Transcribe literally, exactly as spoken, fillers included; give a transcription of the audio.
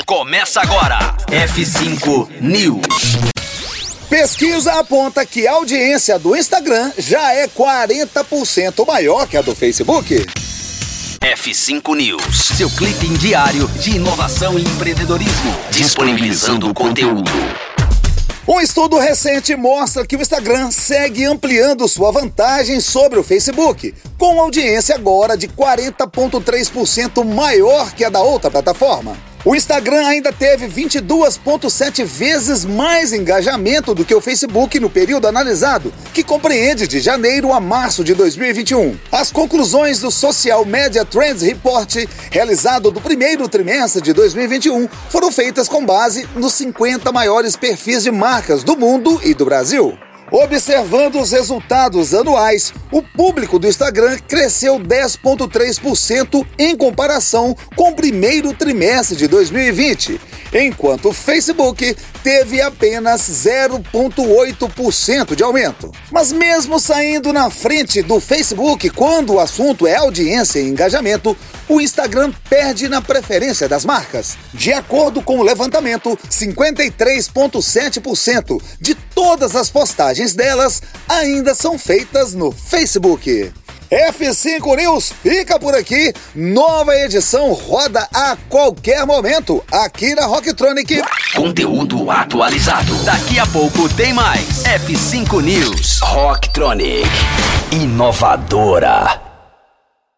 Começa agora. F cinco News. Pesquisa aponta que a audiência do Instagram já é quarenta por cento maior que a do Facebook. F cinco News, seu clipe diário de inovação e empreendedorismo, disponibilizando o conteúdo. Um estudo recente mostra que o Instagram segue ampliando sua vantagem sobre o Facebook, com audiência agora de quarenta vírgula três por cento maior que a da outra plataforma. O Instagram ainda teve vinte e duas vírgula sete vezes mais engajamento do que o Facebook no período analisado, que compreende de janeiro a março de dois mil e vinte e um. As conclusões do Social Media Trends Report, realizado do primeiro trimestre de dois mil e vinte e um, foram feitas com base nos cinquenta maiores perfis de marcas do mundo e do Brasil. Observando os resultados anuais, o público do Instagram cresceu dez vírgula três por cento em comparação com o primeiro trimestre de dois mil e vinte, enquanto o Facebook teve apenas zero vírgula oito por cento de aumento. Mas mesmo saindo na frente do Facebook quando o assunto é audiência e engajamento, o Instagram perde na preferência das marcas. De acordo com o levantamento, cinquenta e três vírgula sete por cento de todas as postagens delas ainda são feitas no Facebook. F cinco News fica por aqui. Nova edição roda a qualquer momento aqui na Rocktronic. Conteúdo atualizado. Daqui a pouco tem mais. F cinco News. Rocktronic. Inovadora.